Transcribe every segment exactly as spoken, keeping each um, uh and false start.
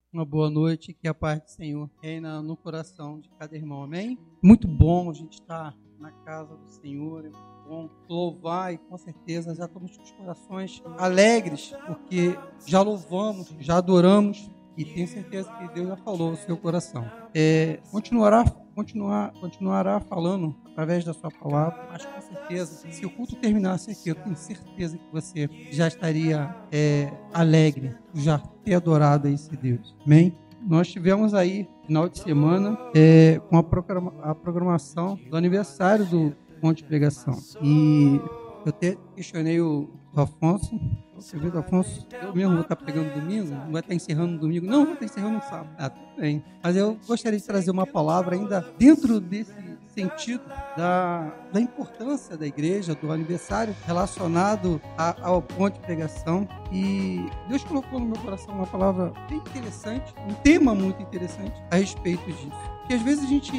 Uma boa noite, que a paz do Senhor reina no coração de cada irmão, amém? Muito bom a gente estar na casa do Senhor, é muito bom louvar e com certeza já estamos com os corações alegres, porque já louvamos, já adoramos e tenho certeza que Deus já falou no seu coração. É, continuará, continuar, continuará falando através da sua palavra, mas com certeza, se o culto terminasse aqui, eu tenho certeza que você já estaria é, alegre, já ter adorado a esse Deus. Amém? Nós tivemos aí, final de semana, é, com a, programa, a programação do aniversário do Monte de Pregação. E eu até questionei o, o Afonso, você viu, Afonso, eu mesmo vou estar pregando domingo, não vai estar encerrando no domingo, não, vai estar encerrando no sábado. Ah, tudo bem. Mas eu gostaria de trazer uma palavra ainda dentro desse sentido da, da importância da igreja, do aniversário relacionado a, ao ponto de pregação. E Deus colocou no meu coração uma palavra bem interessante, um tema muito interessante a respeito disso. Porque às vezes a gente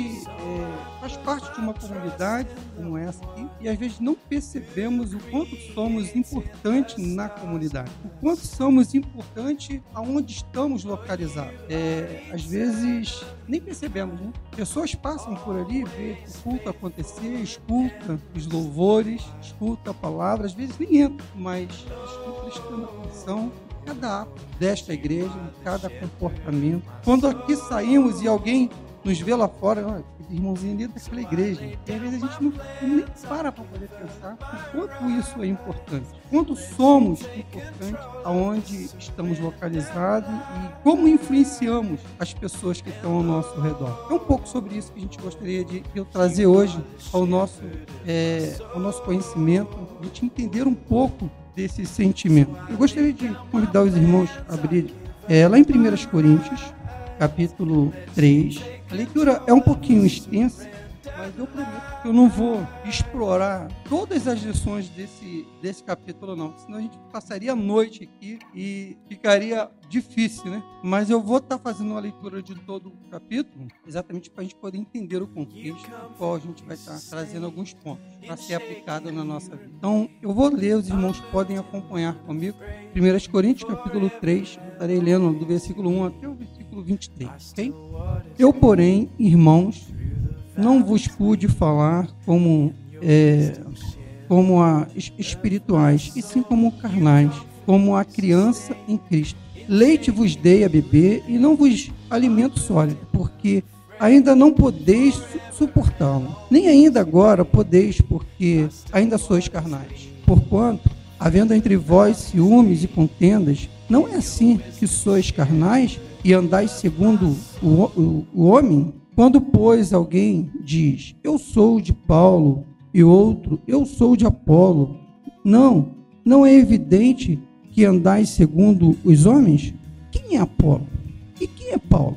é, faz parte de uma comunidade como essa aqui e às vezes não percebemos o quanto somos importantes na comunidade, o quanto somos importantes aonde estamos localizados. É, às vezes nem percebemos, né? Pessoas passam por ali, vê o culto acontecer, escuta os louvores, escuta a palavra, às vezes nem entra, mas escuta prestando atenção em cada ato desta igreja, em cada comportamento. Quando aqui saímos e alguém nos vê lá fora, olha, irmãozinho ali daquela igreja. E às vezes a gente não, nem para para poder pensar o quanto isso é importante, quanto somos importantes aonde estamos localizados e como influenciamos as pessoas que estão ao nosso redor. É um pouco sobre isso que a gente gostaria de eu trazer hoje ao nosso, é, ao nosso conhecimento, a gente entender um pouco desse sentimento. Eu gostaria de convidar os irmãos a abrirem é, lá em primeira Coríntios, capítulo três. A leitura é um pouquinho extensa, mas eu prometo que eu não vou explorar todas as lições desse, desse capítulo, não. Senão a gente passaria a noite aqui e ficaria difícil, né? Mas eu vou estar fazendo uma leitura de todo o capítulo, exatamente para a gente poder entender o contexto, no qual a gente vai estar trazendo alguns pontos para ser aplicado na nossa vida. Então, eu vou ler, os irmãos podem acompanhar comigo. primeira Coríntios, capítulo três, eu estarei lendo do versículo um até o versículo vinte e três, ok? Eu, porém, irmãos, não vos pude falar como, é, como a espirituais, e sim como carnais, como a criança em Cristo. Leite vos dei a beber, e não vos alimento sólido, porque ainda não podeis suportá-lo, nem ainda agora podeis, porque ainda sois carnais. Porquanto, havendo entre vós ciúmes e contendas, não é assim que sois carnais e andais segundo o, o, o homem? Quando, pois, alguém diz, eu sou de Paulo, e outro, eu sou de Apolo, não, não é evidente que andais segundo os homens? Quem é Apolo? E quem é Paulo?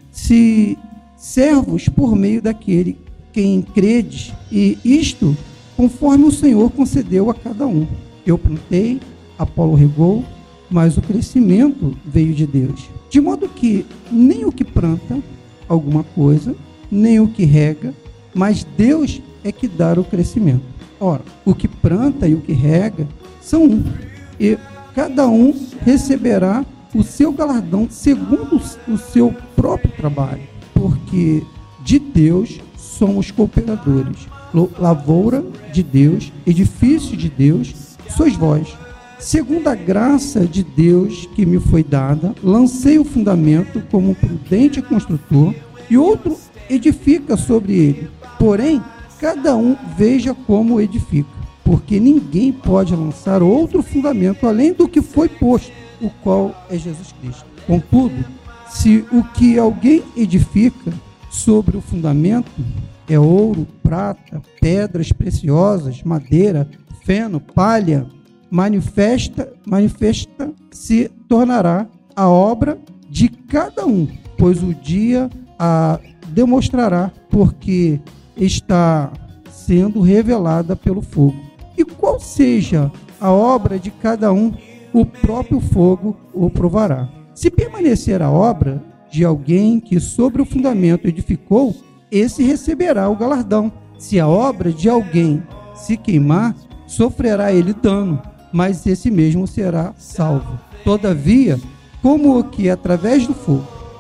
Se servos por meio daquele quem credes, e isto conforme o Senhor concedeu a cada um. Eu plantei, Apolo regou, mas o crescimento veio de Deus. De modo que nem o que planta alguma coisa, nem o que rega, mas Deus é que dá o crescimento. Ora, o que planta e o que rega são um, e cada um receberá o seu galardão segundo o seu próprio trabalho, porque de Deus somos cooperadores. Lavoura de Deus, edifício de Deus, sois vós. Segundo a graça de Deus que me foi dada, lancei o fundamento como um prudente construtor, e outro edifica sobre ele. Porém, cada um veja como edifica, porque ninguém pode lançar outro fundamento além do que foi posto, o qual é Jesus Cristo. Contudo, se o que alguém edifica sobre o fundamento é ouro, prata, pedras preciosas, madeira, feno, palha, manifesta, manifesta se tornará a obra de cada um, pois o dia a demonstrará, porque está sendo revelada pelo fogo. E qual seja a obra de cada um, o próprio fogo o provará. Se permanecer a obra de alguém que sobre o fundamento edificou, esse receberá o galardão. Se a obra de alguém se queimar, sofrerá ele dano, mas esse mesmo será salvo. Todavia, como o que através do fogo,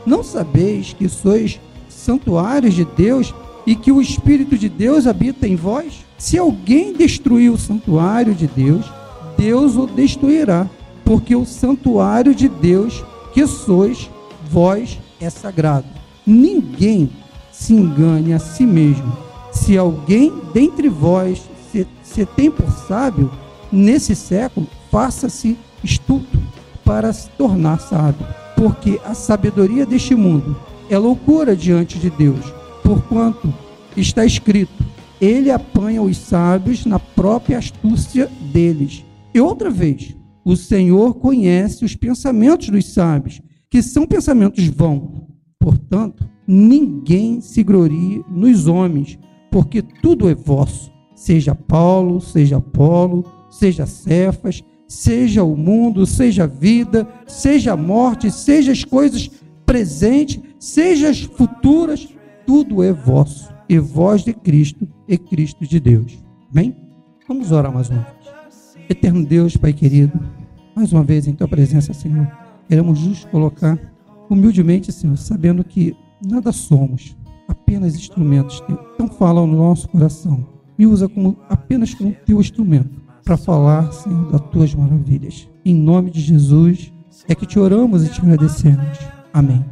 Não sabeis que sois santuários de Deus e que o Espírito de Deus habita em vós? Se alguém destruir o santuário de Deus, Deus o destruirá, porque o santuário de Deus que sois vós é sagrado. Ninguém se engane a si mesmo. Se alguém dentre vós se, se tem por sábio, nesse século, faça-se estulto para se tornar sábio, porque a sabedoria deste mundo é loucura diante de Deus, porquanto está escrito, ele apanha os sábios na própria astúcia deles. E outra vez, o Senhor conhece os pensamentos dos sábios, que são pensamentos vãos. Portanto, ninguém se glorie nos homens, porque tudo é vosso, seja Paulo, seja Apolo, seja Cefas, seja o mundo, seja a vida, seja a morte, seja as coisas presentes, seja as futuras, tudo é vosso, e vós de Cristo, e Cristo de Deus. Bem? Vamos orar mais uma vez. Eterno Deus, Pai querido, mais uma vez em Tua presença, Senhor, queremos nos colocar humildemente, Senhor, sabendo que nada somos, apenas instrumentos Teus. Então fala no nosso coração, me usa como, apenas como Teu instrumento, para falar, Senhor, das Tuas maravilhas. Em nome de Jesus, é que Te oramos e Te agradecemos. Amém.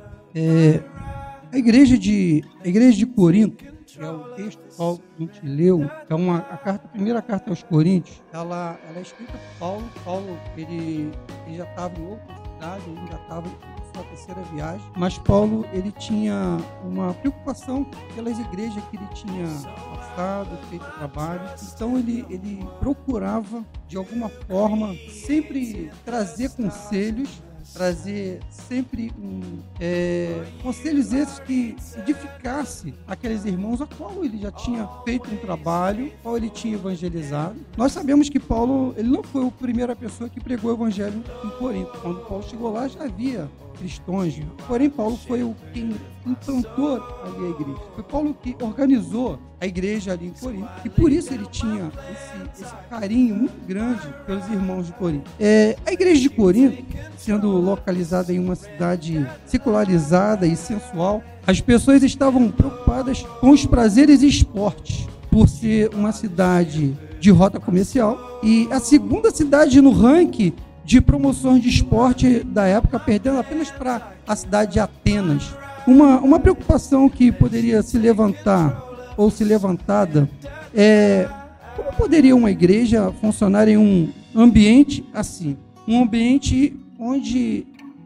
É, a igreja de, a igreja de Corinto, que é o texto que Paulo a gente leu, é uma, a, carta, a primeira carta aos Coríntios, ela, ela é escrita por Paulo. Paulo, ele, ele já estava em outra cidade, ele já estava em sua terceira viagem, mas Paulo, ele tinha uma preocupação pelas igrejas que ele tinha passado, feito trabalho, então ele, ele procurava, de alguma forma, sempre trazer conselhos, trazer sempre um, é, conselhos esses que edificasse aqueles irmãos a qual ele já tinha feito um trabalho, qual ele tinha evangelizado. Nós sabemos que Paulo, ele não foi a primeira pessoa que pregou o evangelho em Corinto. Quando Paulo chegou lá, já havia cristãos, porém Paulo foi o quem implantou ali a igreja. Foi Paulo que organizou a igreja ali em Corinto, e por isso ele tinha esse, esse carinho muito grande pelos irmãos de Corinto. É, a igreja de Corinto, sendo localizada em uma cidade secularizada e sensual, as pessoas estavam preocupadas com os prazeres e esportes, por ser uma cidade de rota comercial e a segunda cidade no ranking de promoções de esporte da época, perdendo apenas para a cidade de Atenas. Uma, uma preocupação que poderia se levantar ou se levantada é como poderia uma igreja funcionar em um ambiente assim, um ambiente onde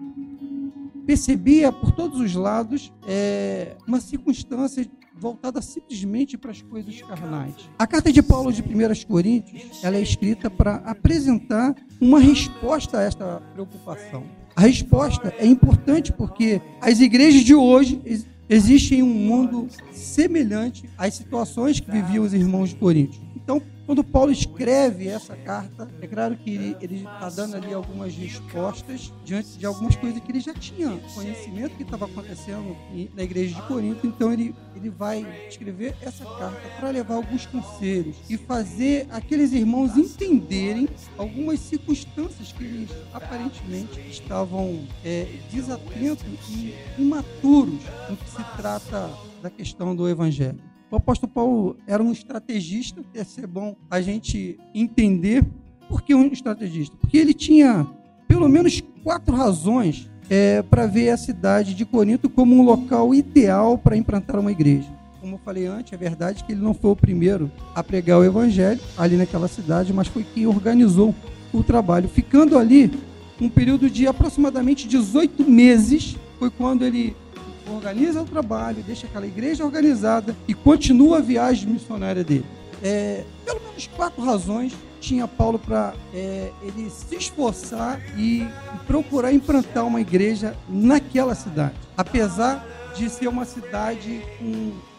percebia por todos os lados é, uma circunstância voltada simplesmente para as coisas carnais. A carta de Paulo de primeira Coríntios, ela é escrita para apresentar uma resposta a esta preocupação. A resposta é importante porque as igrejas de hoje existem um mundo semelhante às situações que viviam os irmãos de Corinto. Então, quando Paulo escreve essa carta, é claro que ele está dando ali algumas respostas diante de algumas coisas que ele já tinha conhecimento que estava acontecendo na igreja de Corinto. Então, ele, ele vai escrever essa carta para levar alguns conselhos e fazer aqueles irmãos entenderem algumas circunstâncias que eles aparentemente estavam é, desatentos e imaturos no que se trata da questão do evangelho. O apóstolo Paulo era um estrategista, ia ser bom a gente entender por que um estrategista. Porque ele tinha pelo menos quatro razões é, para ver a cidade de Corinto como um local ideal para implantar uma igreja. Como eu falei antes, é verdade que ele não foi o primeiro a pregar o evangelho ali naquela cidade, mas foi quem organizou o trabalho. Ficando ali um período de aproximadamente dezoito meses, foi quando ele organiza o trabalho, deixa aquela igreja organizada e continua a viagem missionária dele. É, pelo menos quatro razões tinha Paulo para é, ele se esforçar e, e procurar implantar uma igreja naquela cidade. Apesar de ser uma cidade com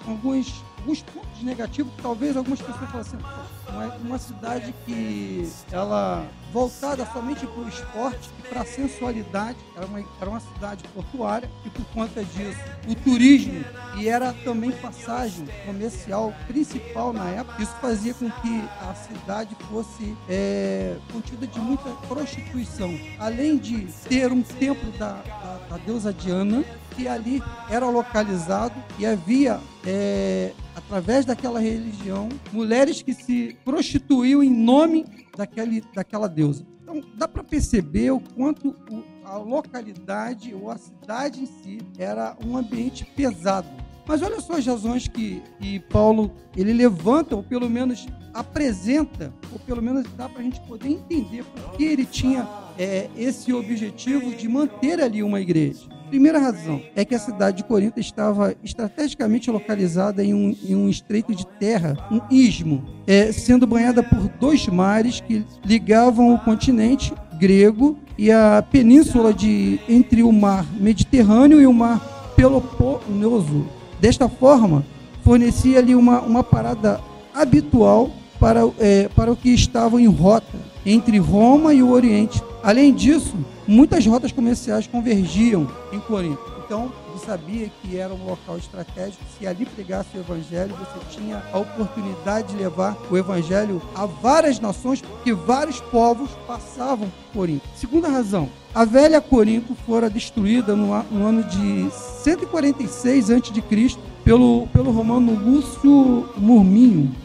alguns, alguns pontos negativos, que talvez algumas pessoas falem assim, uma, uma cidade que ela voltada somente para o esporte e para a sensualidade, era uma, era uma cidade portuária e por conta disso o turismo, e era também passagem comercial principal na época, isso fazia com que a cidade fosse é, contida de muita prostituição, além de ter um templo da, da, da deusa Diana, que ali era localizado e havia, é, através daquela religião, mulheres que se prostituíam em nome daquele, daquela deusa. Então, dá para perceber o quanto o, a localidade ou a cidade em si era um ambiente pesado. Mas olha só as razões que, que Paulo ele levanta, ou pelo menos apresenta, ou pelo menos dá para a gente poder entender por que ele tinha é, esse objetivo de manter ali uma igreja. Primeira razão é que a cidade de Corinto estava estrategicamente localizada em um, em um estreito de terra, um istmo, é, sendo banhada por dois mares que ligavam o continente grego e a península de, entre o mar Mediterrâneo e o mar Peloponeso. Desta forma, fornecia ali uma, uma parada habitual para, é, para o que estavam em rota entre Roma e o Oriente. Além disso, muitas rotas comerciais convergiam em Corinto. Então, ele sabia que era um local estratégico. Se ali pregasse o evangelho, você tinha a oportunidade de levar o evangelho a várias nações, porque vários povos passavam por Corinto. Segunda razão, a velha Corinto fora destruída no, no ano de cento e quarenta e seis antes de Cristo pelo, pelo romano Lúcio Murminho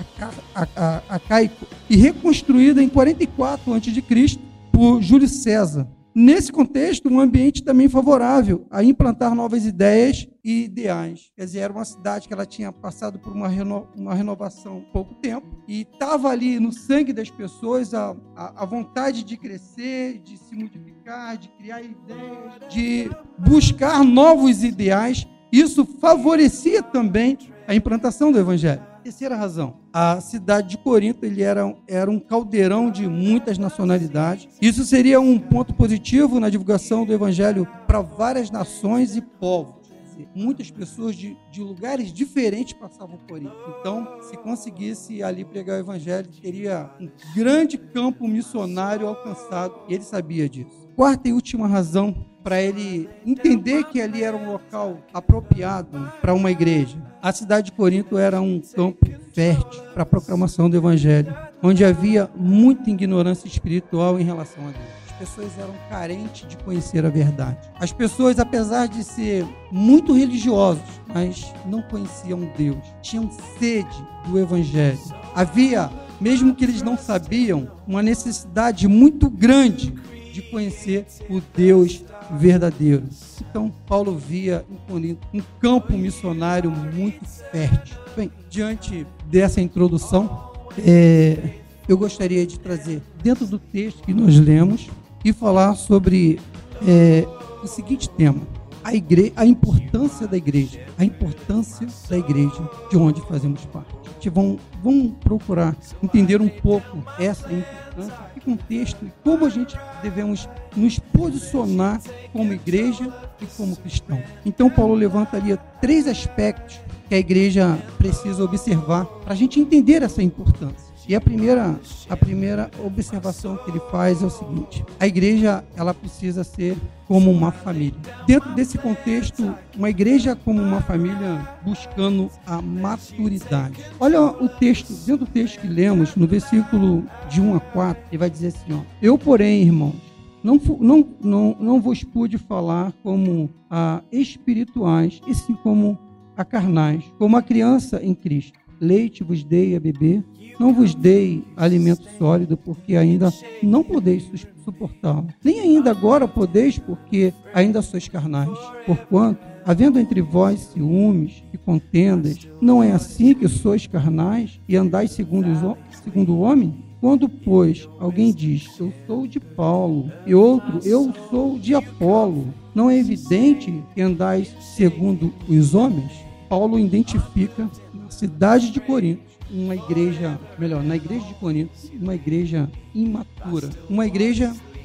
Acaico e reconstruída em quarenta e quatro antes de Cristo por Júlio César. Nesse contexto, um ambiente também favorável a implantar novas ideias e ideais. Quer dizer, era uma cidade que ela tinha passado por uma, reno, uma renovação há pouco tempo e estava ali no sangue das pessoas a, a, a vontade de crescer, de se modificar, de criar ideias, de buscar novos ideais. Isso favorecia também a implantação do evangelho. Terceira razão, a cidade de Corinto ele era, era um caldeirão de muitas nacionalidades. Isso seria um ponto positivo na divulgação do evangelho para várias nações e povos. Muitas pessoas de, de lugares diferentes passavam por Corinto. Então, se conseguisse ali pregar o evangelho, teria um grande campo missionário alcançado, e ele sabia disso. Quarta e última razão para ele entender que ali era um local apropriado para uma igreja. A cidade de Corinto era um campo fértil para a proclamação do evangelho, onde havia muita ignorância espiritual em relação a Deus. As pessoas eram carentes de conhecer a verdade. As pessoas, apesar de ser muito religiosos, mas não conheciam Deus, tinham sede do evangelho. Havia, mesmo que eles não sabiam, uma necessidade muito grande de conhecer o Deus verdadeiro. Então, Paulo via em Corinto um campo missionário muito fértil. Bem, diante dessa introdução, é, eu gostaria de trazer, dentro do texto que nós lemos, e falar sobre é, o seguinte tema: a, igre- a importância da igreja, a importância da igreja de onde fazemos parte. Vamos, vamos procurar entender um pouco essa importância, que contexto e como a gente devemos nos posicionar como igreja e como cristão. Então, Paulo levantaria três aspectos que a igreja precisa observar para a gente entender essa importância. E a primeira, a primeira observação que ele faz é o seguinte: a igreja ela precisa ser como uma família. Dentro desse contexto, uma igreja como uma família buscando a maturidade. Olha o texto, dentro do texto que lemos, no versículo de um a quatro, ele vai dizer assim, ó: eu, porém, irmãos, não, não, não, não vos pude falar como a espirituais, e sim como a carnais, como a criança em Cristo. Leite vos dei a beber, não vos dei alimento sólido, porque ainda não podeis suportá-lo. Nem ainda agora podeis, porque ainda sois carnais. Porquanto, havendo entre vós ciúmes e contendas, não é assim que sois carnais e andais segundo, os, segundo o homem? Quando, pois, alguém diz, eu sou de Paulo, e outro, eu sou de Apolo, não é evidente que andais segundo os homens? Paulo identifica na cidade de Corinto uma igreja, melhor, na igreja de Corinto, uma igreja imatura, uma igreja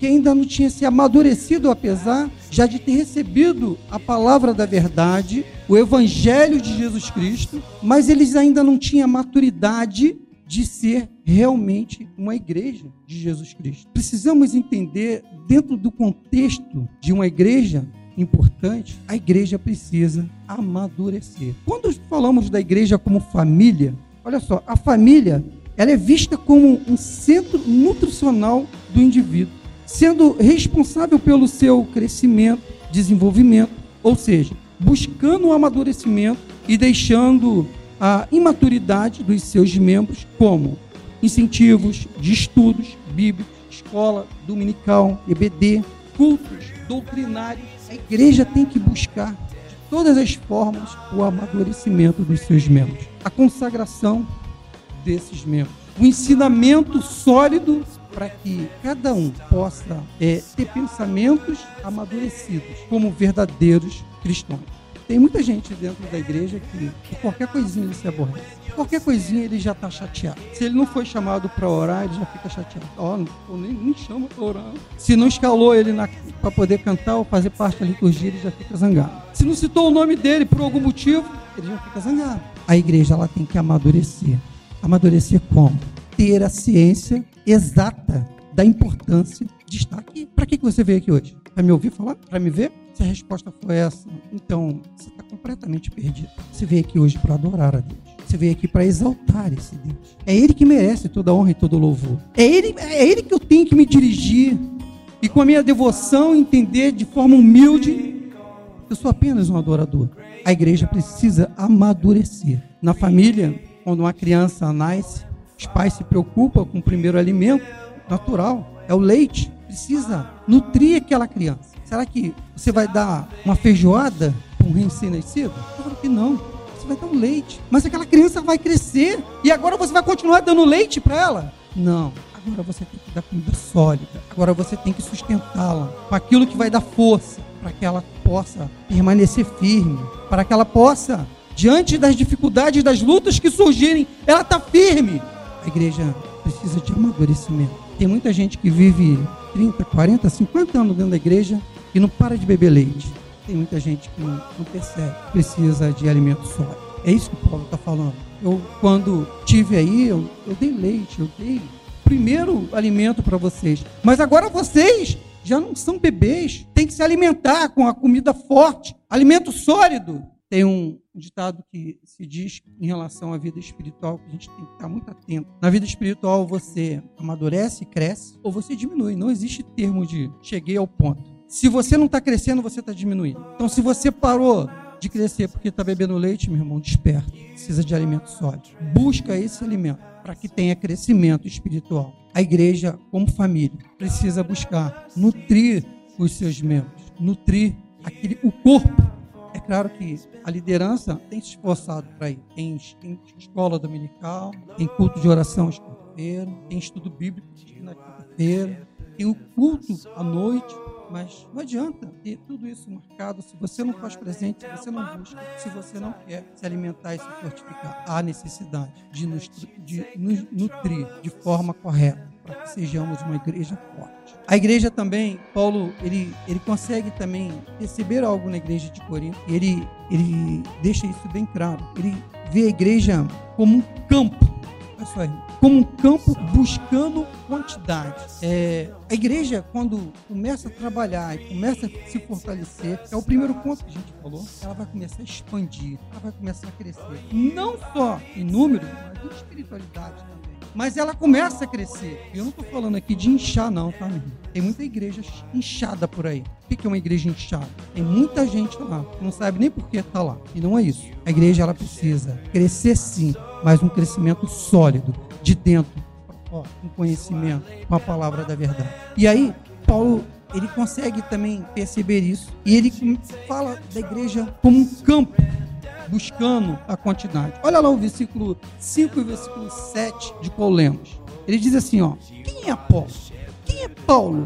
que ainda não tinha se amadurecido, apesar já de ter recebido a palavra da verdade, o evangelho de Jesus Cristo, mas eles ainda não tinham a maturidade de ser realmente uma igreja de Jesus Cristo. Precisamos entender, dentro do contexto de uma igreja importante, a igreja precisa amadurecer. Quando falamos da igreja como família, olha só, a família, ela é vista como um centro nutricional do indivíduo, sendo responsável pelo seu crescimento, desenvolvimento, ou seja, buscando o amadurecimento e deixando a imaturidade dos seus membros como incentivos de estudos bíblicos, escola dominical, E B D, cultos doutrinários. A igreja tem que buscar de todas as formas o amadurecimento dos seus membros, a consagração desses membros, o ensinamento sólido para que cada um possa é, ter pensamentos amadurecidos como verdadeiros cristãos. Tem muita gente dentro da igreja que, que qualquer coisinha ele se aborrece. Qualquer coisinha ele já está chateado. Se ele não foi chamado para orar, ele já fica chateado. Ó, oh, nem, nem chama para orar. Se não escalou ele para poder cantar ou fazer parte da liturgia, ele já fica zangado. Se não citou o nome dele por algum motivo, ele já fica zangado. A igreja ela tem que amadurecer. Amadurecer como? Ter a ciência exata da importância de estar aqui. Para que você veio aqui hoje? Para me ouvir falar? Para me ver? Se a resposta foi essa, então você está completamente perdido. Você veio aqui hoje para adorar a Deus. Você veio aqui para exaltar esse Deus. É Ele que merece toda a honra e todo o louvor. É Ele, é Ele que eu tenho que me dirigir e com a minha devoção entender de forma humilde. Eu sou apenas um adorador. A igreja precisa amadurecer. Na família, quando uma criança nasce, os pais se preocupam com o primeiro alimento natural, é o leite. Precisa nutrir aquela criança. Será que você vai dar uma feijoada para um recém-nascido? Claro que não. Você vai dar um leite. Mas aquela criança vai crescer e agora você vai continuar dando leite para ela? Não. Agora você tem que dar comida sólida. Agora você tem que sustentá-la com aquilo que vai dar força para que ela possa permanecer firme, para que ela possa, diante das dificuldades, das lutas que surgirem, ela está firme. A igreja precisa de amadurecimento. Tem muita gente que vive trinta, quarenta, cinquenta anos dentro da igreja e não para de beber leite. Tem muita gente que não, não percebe, precisa de alimento sólido. É isso que o Paulo está falando. Eu, quando tive aí, eu, eu dei leite, eu dei o primeiro alimento para vocês. Mas agora vocês já não são bebês, tem que se alimentar com a comida forte, alimento sólido. Tem um ditado que se diz em relação à vida espiritual que a gente tem que estar muito atento. Na vida espiritual você amadurece, cresce ou você diminui. Não existe termo de cheguei ao ponto. Se você não está crescendo, você está diminuindo. Então se você parou de crescer porque está bebendo leite, meu irmão, desperta. Precisa de alimento sólido. Busca esse alimento para que tenha crescimento espiritual. A igreja, como família, precisa buscar nutrir os seus membros, nutrir aquele, o corpo. É claro que a liderança tem se esforçado para ir. Tem, tem escola dominical, tem culto de oração às quinta-feira, tem estudo bíblico na quinta-feira, tem o culto à noite, mas não adianta ter tudo isso marcado se você não faz presente, se você não busca, se você não quer se alimentar e se fortificar. Há necessidade de nos, de nos nutrir de forma correta para que sejamos uma igreja forte. A igreja também, Paulo, ele, ele consegue também perceber algo na igreja de Corinto, e ele, ele deixa isso bem claro. Ele vê a igreja como um campo, olha só aí, como um campo buscando quantidade. É, a igreja, quando começa a trabalhar e começa a se fortalecer, é o primeiro ponto que a gente falou, ela vai começar a expandir, ela vai começar a crescer. Não só em número, mas em espiritualidade também. Mas ela começa a crescer. E eu não estou falando aqui de inchar não, tá, meu irmão? Tem muita igreja inchada por aí. O que é uma igreja inchada? Tem muita gente lá que não sabe nem por que está lá. E não é isso. A igreja ela precisa crescer sim, mas um crescimento sólido, de dentro, ó, com conhecimento, com a palavra da verdade. E aí, Paulo, ele consegue também perceber isso. E ele fala da igreja como um campo, buscando a quantidade. Olha lá o versículo cinco e o versículo sete de Paulo Lemos. Ele diz assim, ó, quem é Apolo? Quem é Paulo?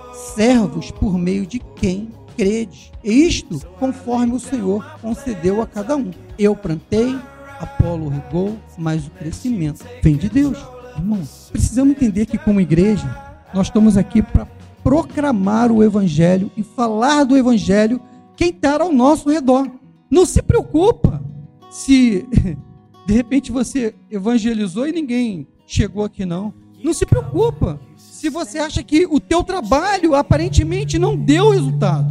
Servos por meio de quem credes. E isto conforme o Senhor concedeu a cada um. Eu plantei, Apolo regou, mas o crescimento vem de Deus. Irmão, precisamos entender que como igreja, nós estamos aqui para proclamar o evangelho e falar do evangelho quem está ao nosso redor. Não se preocupa se de repente você evangelizou e ninguém chegou aqui, não. Não se preocupa se você acha que o teu trabalho aparentemente não deu resultado.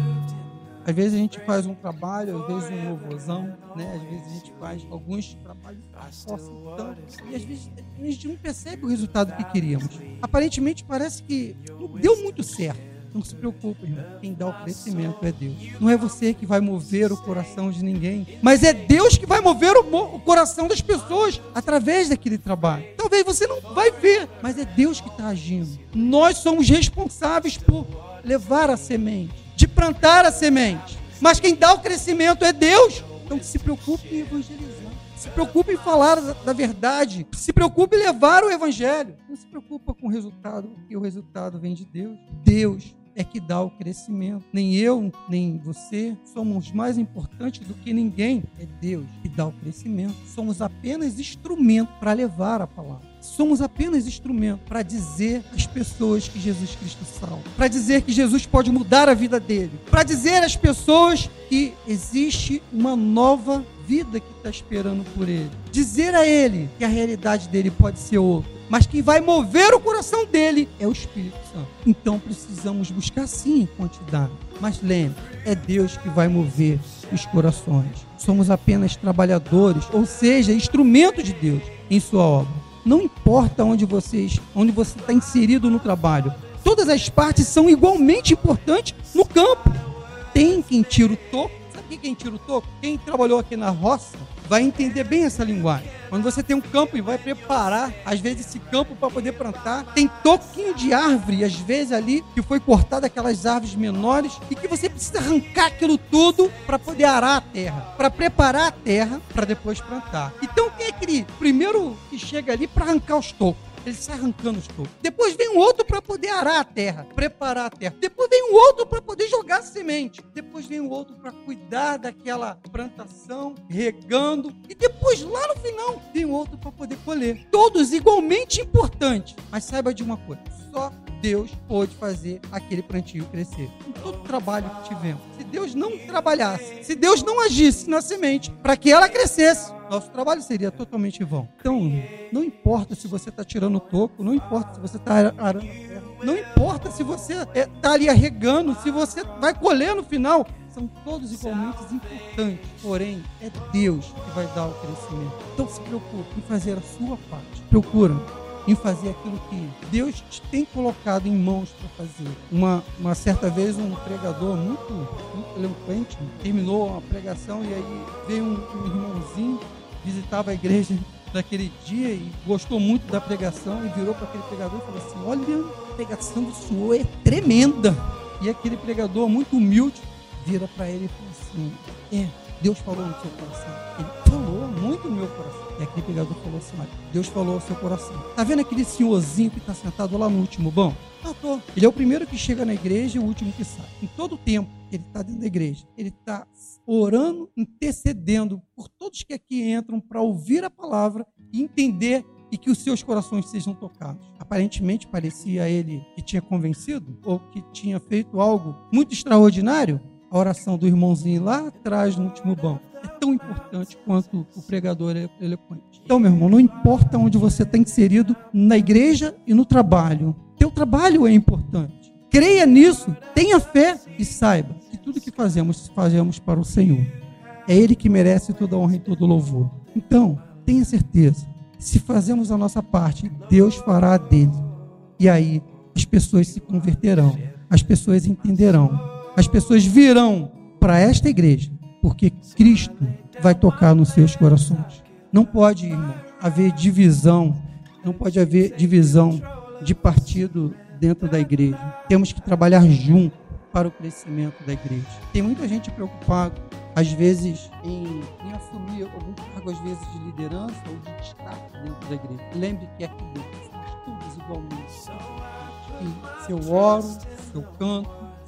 Às vezes a gente faz um trabalho, às vezes um louvozão, né? Às vezes a gente faz alguns trabalhos esforçam tanto, e às vezes a gente não percebe o resultado que queríamos. Aparentemente parece que não deu muito certo. Não se preocupe, irmão. Quem dá o crescimento é Deus. Não é você que vai mover o coração de ninguém, mas é Deus que vai mover o, o coração das pessoas através daquele trabalho. Talvez você não vai ver, mas é Deus que está agindo. Nós somos responsáveis por levar a semente, de plantar a semente. Mas quem dá o crescimento é Deus. Então se preocupe em evangelizar. Se preocupe em falar da verdade. Se preocupe em levar o evangelho. Não se preocupa com o resultado, porque o resultado vem de Deus. Deus é que dá o crescimento. Nem eu, nem você somos mais importantes do que ninguém. É Deus que dá o crescimento. Somos apenas instrumento para levar a palavra. Somos apenas instrumento para dizer às pessoas que Jesus Cristo salva. Para dizer que Jesus pode mudar a vida dele. Para dizer às pessoas que existe uma nova vida que está esperando por ele. Dizer a ele que a realidade dele pode ser outra. Mas quem vai mover o coração dele é o Espírito Santo. Então precisamos buscar sim em quantidade. Mas lembre, é Deus que vai mover os corações. Somos apenas trabalhadores, ou seja, instrumento de Deus em sua obra. Não importa onde, vocês, onde você está inserido no trabalho. Todas as partes são igualmente importantes no campo. Tem quem tira o toco. Sabe quem tira o toco? Quem trabalhou aqui na roça vai entender bem essa linguagem. Quando você tem um campo e vai preparar, às vezes, esse campo para poder plantar, tem toquinho de árvore, às vezes ali, que foi cortado aquelas árvores menores, e que você precisa arrancar aquilo tudo para poder arar a terra, para preparar a terra para depois plantar. Então, quem é aquele primeiro que chega ali para arrancar os tocos? Ele sai arrancando os tocos. Depois vem um outro para poder arar a terra, preparar a terra. Depois vem um outro para poder jogar a semente. Depois vem um outro para cuidar daquela plantação, regando. E depois, lá no final, vem um outro para poder colher. Todos igualmente importantes. Mas saiba de uma coisa, só Deus pode fazer aquele plantio crescer. Com todo o trabalho que tivemos. Se Deus não trabalhasse, se Deus não agisse na semente para que ela crescesse, nosso trabalho seria totalmente em vão. Então, não importa se você está tirando o toco, não importa se você está arando a terra, não importa se você está ali arregando, se você vai colher no final, são todos igualmente importantes. Porém, é Deus que vai dar o crescimento. Então, se preocupe em fazer a sua parte. Procura em fazer aquilo que Deus te tem colocado em mãos para fazer. Uma, uma certa vez, um pregador muito, muito eloquente terminou uma pregação e aí veio um, um irmãozinho, visitava a igreja naquele dia e gostou muito da pregação e virou para aquele pregador e falou assim: olha, a pregação do senhor é tremenda. E aquele pregador muito humilde vira para ele e fala assim: é, Deus falou no seu coração. Ele falou muito no meu coração. E aquele pregador falou assim: olha, Deus falou ao seu coração. Tá vendo aquele senhorzinho que está sentado lá no último banco? Ah, tô. Ele é o primeiro que chega na igreja e o último que sai. Em todo o tempo que ele está dentro da igreja, ele está orando, intercedendo por todos que aqui entram para ouvir a palavra e entender e que os seus corações sejam tocados. Aparentemente parecia ele que tinha convencido ou que tinha feito algo muito extraordinário. A oração do irmãozinho lá atrás no último banco é tão importante quanto o pregador é eloquente. Então, meu irmão, não importa onde você está inserido, na igreja e no trabalho. Teu trabalho é importante. Creia nisso, tenha fé e saiba que tudo que fazemos, fazemos para o Senhor. É Ele que merece toda a honra e todo o louvor. Então, tenha certeza, se fazemos a nossa parte, Deus fará a dele. E aí, as pessoas se converterão, as pessoas entenderão, as pessoas virão para esta igreja, porque Cristo vai tocar nos seus corações. Não pode, irmão, haver divisão, não pode haver divisão de partido dentro da igreja. Temos que trabalhar junto para o crescimento da igreja. Tem muita gente preocupada, às vezes, em, em assumir algum cargo, às vezes, de liderança ou de destaque dentro da igreja. Lembre que aqui dentro somos todos igualmente. E se eu oro, se eu canto,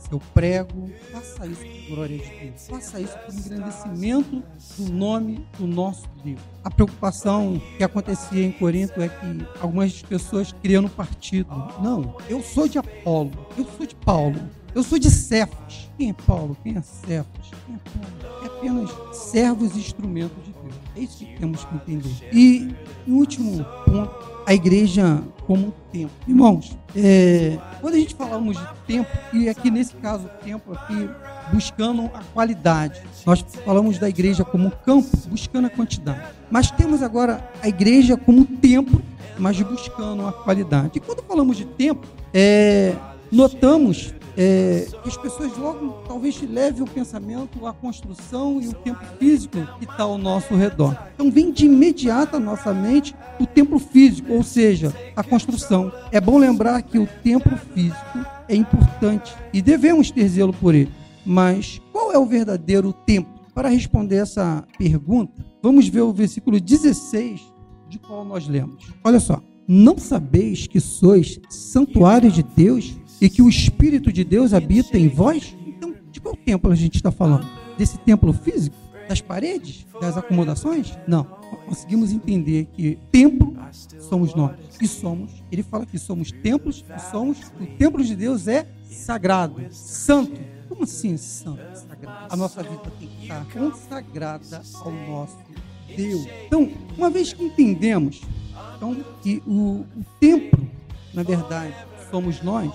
eu prego, faça isso por glória de Deus. Faça isso por engrandecimento do nome do nosso Deus. A preocupação que acontecia em Corinto é que algumas pessoas criam um partido. Não, eu sou de Apolo, eu sou de Paulo, eu sou de Cefas. Quem é Paulo? Quem é Cefas? Quem é Paulo? É apenas servos e instrumentos de Deus. É isso que temos que entender. E o último ponto, a igreja como um templo. Irmãos, é, quando a gente falamos de templo, e aqui nesse caso o templo aqui buscando a qualidade, nós falamos da igreja como um campo buscando a quantidade, mas temos agora a igreja como um templo, mas buscando a qualidade. E quando falamos de templo, é, notamos É, que as pessoas logo talvez levem o pensamento à construção e o templo físico que está ao nosso redor. Então vem de imediato à nossa mente o templo físico, ou seja, a construção. É bom lembrar que o templo físico é importante e devemos ter zelo por ele. Mas qual é o verdadeiro templo? Para responder essa pergunta, vamos ver o versículo dezesseis de qual nós lemos. Olha só. Não sabeis que sois santuário de Deus e que o Espírito de Deus habita em vós? Então, de qual templo a gente está falando? Desse templo físico? Das paredes? Das acomodações? Não. Conseguimos entender que templo somos nós. E somos, ele fala que somos templos e somos, o templo de Deus é sagrado, santo. Como assim santo, sagrado? A nossa vida tem que estar consagrada ao nosso Deus. Então, uma vez que entendemos então, que o, o templo, na verdade, somos nós,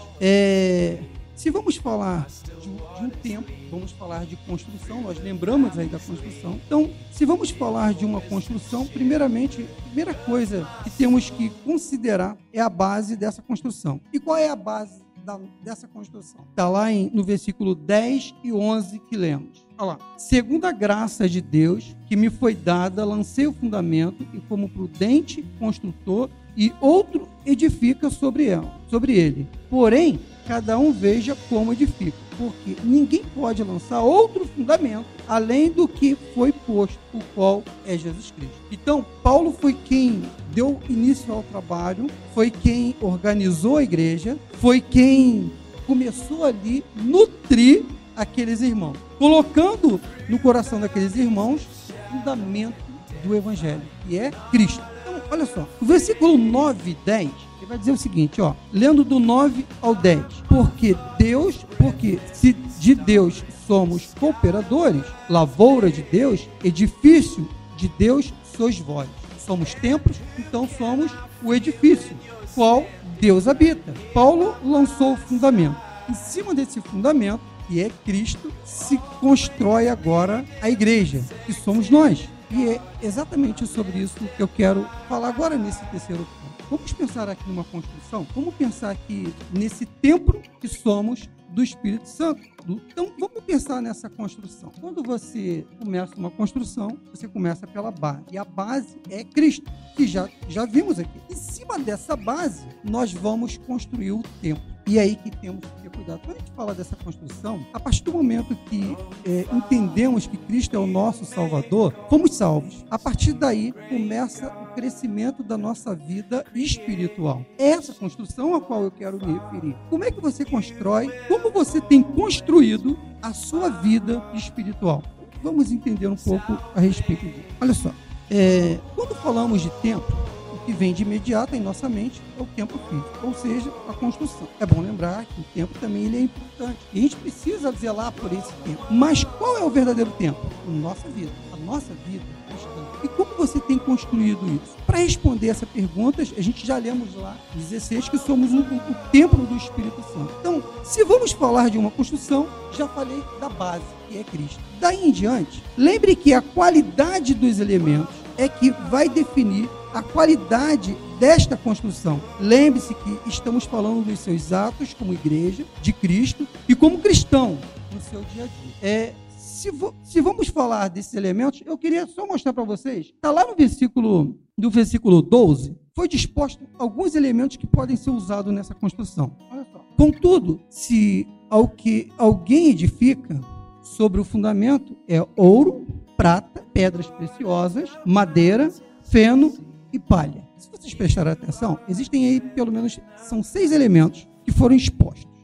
é, se vamos falar de, de um templo, vamos falar de construção, nós lembramos aí da construção. Então, se vamos falar de uma construção, primeiramente, a primeira coisa que temos que considerar é a base dessa construção. E qual é a base da, dessa construção? Está lá em, no versículo dez e onze que lemos. Olha lá. Segundo a graça de Deus que me foi dada, lancei o fundamento e como prudente construtor e outro edifica sobre ela, sobre ele. Porém, cada um veja como edifica, porque ninguém pode lançar outro fundamento além do que foi posto, o qual é Jesus Cristo. Então, Paulo foi quem deu início ao trabalho, foi quem organizou a igreja, foi quem começou ali nutrir aqueles irmãos, colocando no coração daqueles irmãos o fundamento do evangelho, que é Cristo. Então, olha só, o versículo nove e dez, ele vai dizer o seguinte, ó, lendo do nove ao dez, porque Deus, porque se de Deus somos cooperadores, lavoura de Deus, edifício de Deus sois vós. Somos templos, então somos o edifício, qual Deus habita. Paulo lançou o fundamento. Em cima desse fundamento, que é Cristo, se constrói agora a igreja, que somos nós. E é exatamente sobre isso que eu quero falar agora nesse terceiro ponto. Vamos pensar aqui numa construção? Vamos pensar aqui nesse templo que somos do Espírito Santo. Então, vamos pensar nessa construção. Quando você começa uma construção, você começa pela base. E a base é Cristo, que já, já vimos aqui. Em cima dessa base, nós vamos construir o templo. E é aí que temos que ter cuidado. Quando a gente fala dessa construção, a partir do momento que é, entendemos que Cristo é o nosso Salvador, fomos salvos. A partir daí, começa o crescimento da nossa vida espiritual. É essa construção a qual eu quero me referir. Como é que você constrói? Como você tem construído a sua vida espiritual? Vamos entender um pouco a respeito disso. Olha só, é, quando falamos de templo, que vem de imediato em nossa mente é o templo físico, ou seja, a construção. É bom lembrar que o templo também ele é importante. E a gente precisa zelar por esse templo. Mas qual é o verdadeiro templo? A nossa vida. A nossa vida cristã. E como você tem construído isso? Para responder essa pergunta, a gente já lemos lá, dezesseis, que somos o, o templo do Espírito Santo. Então, se vamos falar de uma construção, já falei da base, que é Cristo. Daí em diante, lembre que a qualidade dos elementos é que vai definir a qualidade desta construção. Lembre-se que estamos falando dos seus atos como igreja de Cristo e como cristão no seu dia a dia. É, se, vo, se vamos falar desses elementos, eu queria só mostrar para vocês. Está lá no versículo, no versículo doze, foi disposto alguns elementos que podem ser usados nessa construção. Olha só. Contudo, se ao que alguém edifica sobre o fundamento é ouro, prata, pedras preciosas, madeira, feno e palha. Se vocês prestarem atenção, existem aí pelo menos, são seis elementos que foram expostos.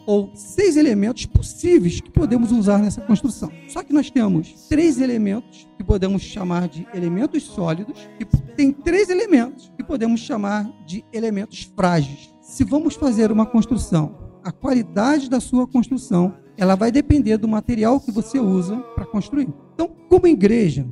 ou seis elementos possíveis que podemos usar nessa construção. Só que nós temos três elementos que podemos chamar de elementos sólidos e tem três elementos que podemos chamar de elementos frágeis. Se vamos fazer uma construção, a qualidade da sua construção, ela vai depender do material que você usa para construir. Então, como igreja,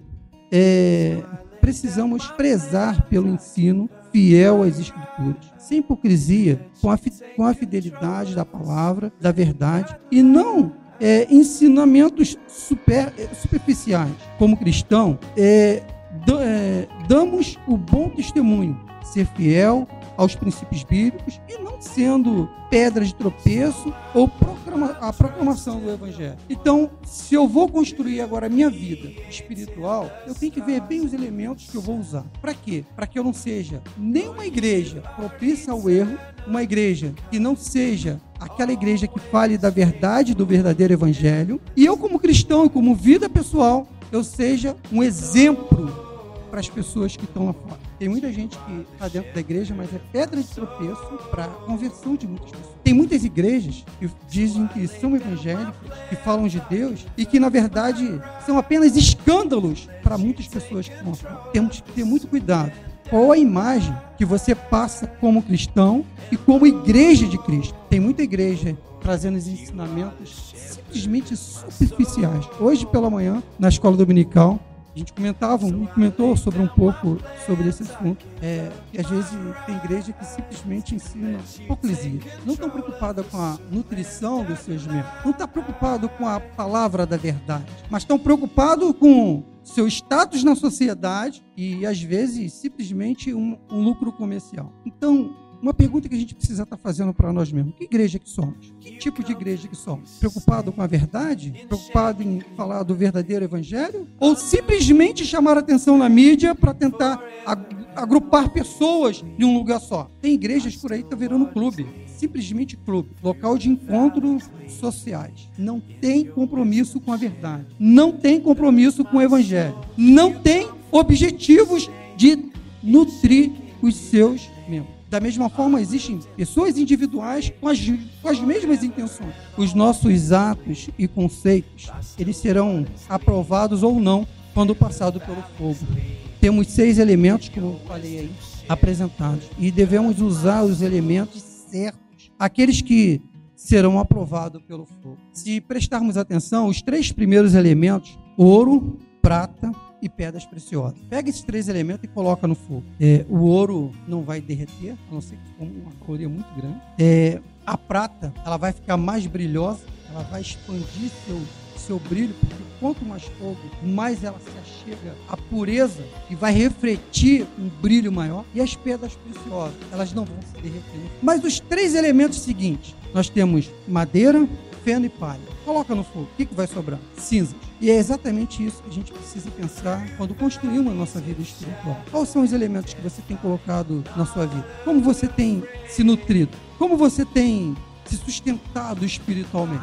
é, precisamos prezar pelo ensino fiel às Escrituras, sem hipocrisia, com a, com a fidelidade da palavra, da verdade, e não é, ensinamentos super, superficiais. Como cristão, é, do, é, damos o bom testemunho, ser fiel aos princípios bíblicos e não sendo pedra de tropeço ou proclama, a proclamação do Evangelho. Então, se eu vou construir agora a minha vida espiritual, eu tenho que ver bem os elementos que eu vou usar. Para quê? Para que eu não seja nem uma igreja propícia ao erro, uma igreja que não seja aquela igreja que fale da verdade do verdadeiro Evangelho, e eu como cristão e como vida pessoal, eu seja um exemplo para as pessoas que estão lá fora. Tem muita gente que está dentro da igreja, mas é pedra de tropeço para a conversão de muitas pessoas. Tem muitas igrejas que dizem que são evangélicas, que falam de Deus e que, na verdade, são apenas escândalos para muitas pessoas que estão lá fora. Temos que ter muito cuidado. Qual a imagem que você passa como cristão e como igreja de Cristo? Tem muita igreja trazendo os ensinamentos simplesmente superficiais. Hoje pela manhã, na escola dominical, a gente comentava, um comentou sobre um pouco sobre esse assunto, é, que às vezes tem igreja que simplesmente ensina hipocrisia. Não estão preocupada com a nutrição dos seus membros, não está preocupado com a palavra da verdade, mas estão preocupados com seu status na sociedade e às vezes simplesmente um, um lucro comercial. Então, uma pergunta que a gente precisa estar fazendo para nós mesmos: que igreja que somos? Que tipo de igreja que somos? Preocupado com a verdade? Preocupado em falar do verdadeiro evangelho? Ou simplesmente chamar a atenção na mídia para tentar agrupar pessoas em um lugar só? Tem igrejas por aí que estão virando clube, simplesmente clube, local de encontros sociais. Não tem compromisso com a verdade, não tem compromisso com o evangelho, não tem objetivos de nutrir os seus membros. Da mesma forma, existem pessoas individuais com as, com as mesmas intenções. Os nossos atos e conceitos, eles serão aprovados ou não quando passado pelo fogo. Temos seis elementos, como eu falei aí, apresentados. E devemos usar os elementos certos, aqueles que serão aprovados pelo fogo. Se prestarmos atenção, os três primeiros elementos, ouro, prata e pedras preciosas. Pega esses três elementos e coloca no fogo. É, o ouro não vai derreter, a não ser que for uma caloria muito grande. É, a prata, ela vai ficar mais brilhosa, ela vai expandir seu, seu brilho, porque quanto mais fogo, mais ela se achega à pureza e vai refletir um brilho maior. E as pedras preciosas, elas não vão se derreter. Mas os três elementos seguintes, nós temos madeira, feno e palha. Coloca no fogo. O que, que vai sobrar? Cinzas. E é exatamente isso que a gente precisa pensar quando construímos a nossa vida espiritual. Quais são os elementos que você tem colocado na sua vida? Como você tem se nutrido? Como você tem se sustentado espiritualmente?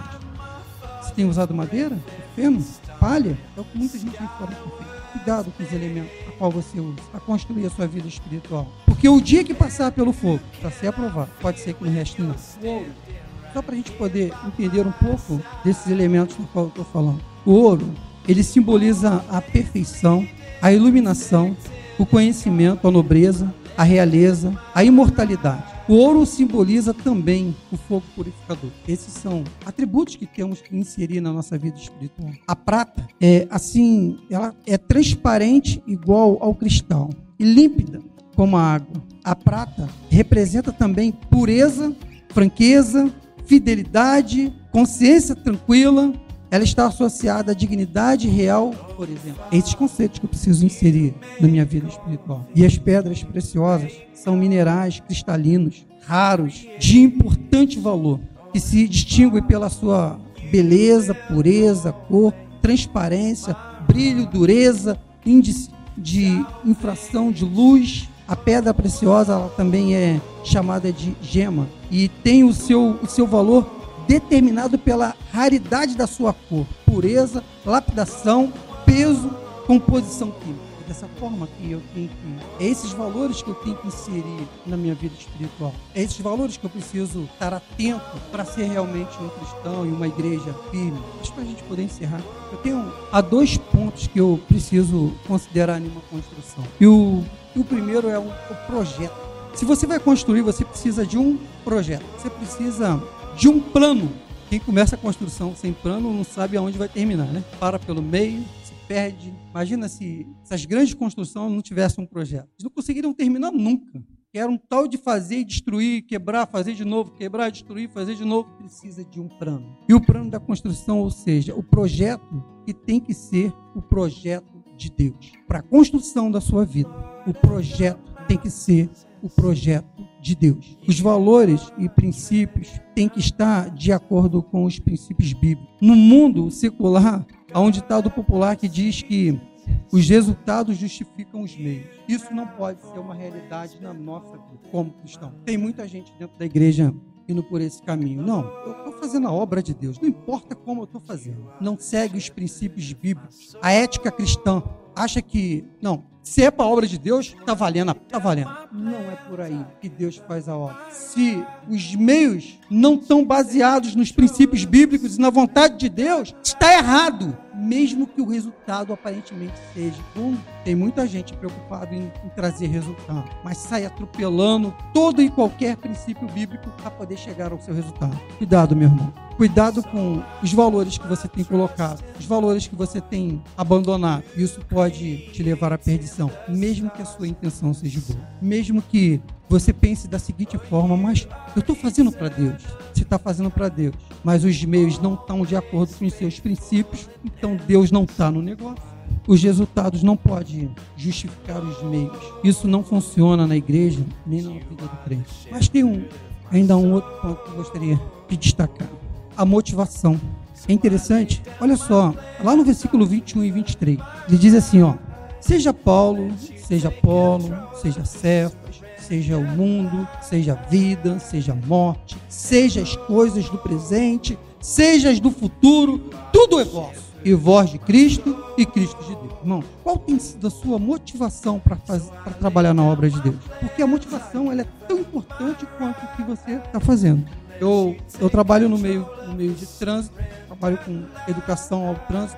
Você tem usado madeira, feno, palha? É o que muita gente vem fora do feito. Cuidado com os elementos a qual você usa para construir a sua vida espiritual. Porque o dia que passar pelo fogo, para ser aprovado, pode ser que não reste nada. Só para a gente poder entender um pouco desses elementos do qual eu estou falando. O ouro, ele simboliza a perfeição, a iluminação, o conhecimento, a nobreza, a realeza, a imortalidade. O ouro simboliza também o fogo purificador. Esses são atributos que temos que inserir na nossa vida espiritual. A prata é assim, ela é transparente igual ao cristal e límpida como a água. A prata representa também pureza, franqueza, fidelidade, consciência tranquila. Ela está associada à dignidade real, por exemplo. Esses conceitos que eu preciso inserir na minha vida espiritual. E as pedras preciosas são minerais cristalinos, raros, de importante valor, que se distinguem pela sua beleza, pureza, cor, transparência, brilho, dureza, índice de infração de luz. A pedra preciosa, ela também é chamada de gema e tem o seu, o seu valor determinado pela raridade da sua cor, pureza, lapidação, peso, composição química. É dessa forma que eu tenho que... É esses valores que eu tenho que inserir na minha vida espiritual. É esses valores que eu preciso estar atento para ser realmente um cristão e uma igreja firme. Mas para a gente poder encerrar, eu tenho há dois pontos que eu preciso considerar em uma construção. E o, e o primeiro é o, o projeto. Se você vai construir, você precisa de um projeto. Você precisa de um plano. Quem começa a construção sem plano não sabe aonde vai terminar, né? Para pelo meio, se perde. Imagina se essas grandes construções não tivessem um projeto. Eles não conseguiriam terminar nunca. Era um tal de fazer e destruir, quebrar, fazer de novo, quebrar, destruir, fazer de novo. Precisa de um plano. E o plano da construção, ou seja, o projeto que tem que ser o projeto de Deus. Para a construção da sua vida, o projeto tem que ser o projeto de Deus. Os valores e princípios têm que estar de acordo com os princípios bíblicos. No mundo secular, há um ditado popular que diz que os resultados justificam os meios. Isso não pode ser uma realidade na nossa vida como cristão. Tem muita gente dentro da igreja indo por esse caminho. Não, eu estou fazendo a obra de Deus. Não importa como eu estou fazendo. Não segue os princípios bíblicos. A ética cristã acha que, não, se é para a obra de Deus, está valendo, está valendo. Não é por aí que Deus faz a obra. Se os meios não estão baseados nos princípios bíblicos e na vontade de Deus, está errado. Mesmo que o resultado aparentemente seja bom. Tem muita gente preocupada em, em trazer resultado, mas sai atropelando todo e qualquer princípio bíblico para poder chegar ao seu resultado. Cuidado, meu irmão. Cuidado com os valores que você tem colocado, os valores que você tem abandonado. Isso pode te levar à perdição, mesmo que a sua intenção seja boa. Mesmo que você pense da seguinte forma, mas eu estou fazendo para Deus. Você está fazendo para Deus, mas os meios não estão de acordo com os seus princípios, então Deus não está no negócio. Os resultados não podem justificar os meios. Isso não funciona na igreja, nem na vida do crente. Mas tem um, ainda um outro ponto que eu gostaria de destacar. A motivação. É interessante, olha só, lá no versículo vinte e um e vinte e três, ele diz assim, ó, seja Paulo, seja Apolo, seja Cefas, seja o mundo, seja a vida, seja a morte, seja as coisas do presente, seja as do futuro, tudo é vosso. E vós de Cristo e Cristo de Deus. Irmão, qual tem sido a sua motivação para trabalhar na obra de Deus? Porque a motivação ela é tão importante quanto o que você está fazendo. Eu, eu trabalho no meio, no meio de trânsito, trabalho com educação ao trânsito,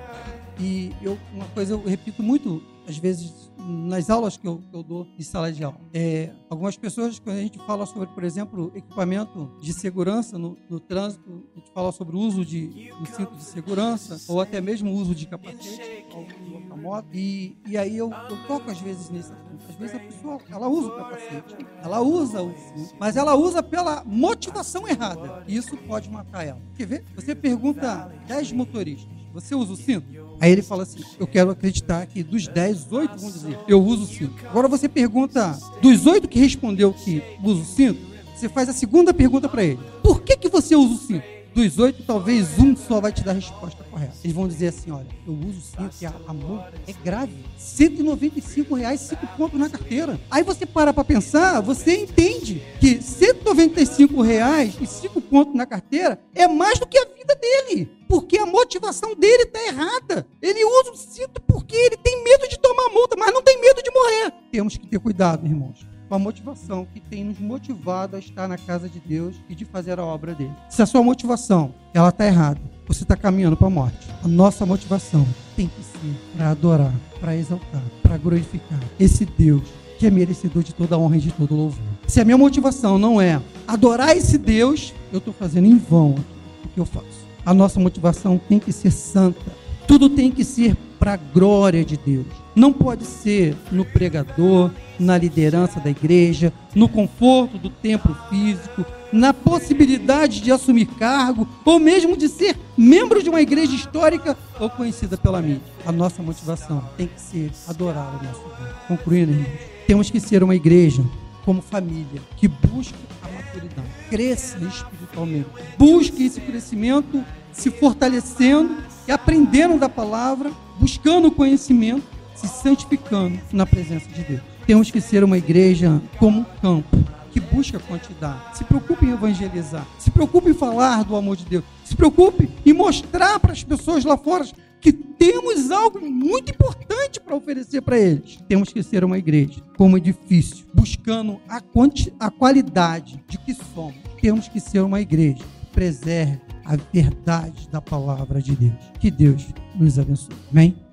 e eu, uma coisa eu repito muito, às vezes, nas aulas que eu, que eu dou de sala de aula. É, algumas pessoas, quando a gente fala sobre, por exemplo, equipamento de segurança no, no trânsito, a gente fala sobre o uso de, do cinto de segurança, ou até mesmo o uso de capacete, ao moto, e, e aí eu, eu toco às vezes nesse assunto. Às vezes a pessoa, ela usa o capacete, ela usa o cinto, mas ela usa pela motivação errada, e isso pode matar ela. Quer ver? Você pergunta dez motoristas, você usa o cinto? Aí ele fala assim, eu quero acreditar que dos dez, oito vão dizer, eu uso o cinto. Agora você pergunta, dos oito que respondeu que usa o cinto, você faz a segunda pergunta para ele. Por que que você usa o cinto? Dos oito, talvez um só vai te dar a resposta correta. Eles vão dizer assim, olha, eu uso o cinto e a, a multa é grave. cento e noventa e cinco reais, cinco pontos na carteira. Aí você para para pensar, você entende que cento e noventa e cinco reais e cinco pontos na carteira é mais do que a vida dele. Porque a motivação dele está errada. Ele usa o cinto porque ele tem medo de tomar multa, mas não tem medo de morrer. Temos que ter cuidado, irmãos, com a motivação que tem nos motivado a estar na casa de Deus e de fazer a obra dele. Se a sua motivação ela está errada, você está caminhando para a morte. A nossa motivação tem que ser para adorar, para exaltar, para glorificar esse Deus que é merecedor de toda a honra e de todo louvor. Se a minha motivação não é adorar esse Deus, eu estou fazendo em vão o que eu faço. A nossa motivação tem que ser santa. Tudo tem que ser para a glória de Deus. Não pode ser no pregador, na liderança da igreja, no conforto do templo físico, na possibilidade de assumir cargo, ou mesmo de ser membro de uma igreja histórica ou conhecida pela mídia. A nossa motivação tem que ser adorar o nosso Deus. Concluindo, irmãos, temos que ser uma igreja como família, que busca a maturidade, cresça espiritualmente, busque esse crescimento se fortalecendo e aprendendo da palavra, buscando o conhecimento, se santificando na presença de Deus. Temos que ser uma igreja como um campo, que busca quantidade, se preocupe em evangelizar, se preocupe em falar do amor de Deus, se preocupe em mostrar para as pessoas lá fora que temos algo muito importante para a oferecer para eles. Temos que ser uma igreja como edifício, buscando a, quanti, a qualidade de que somos. Temos que ser uma igreja que preserve a verdade da palavra de Deus. Que Deus nos abençoe. Amém?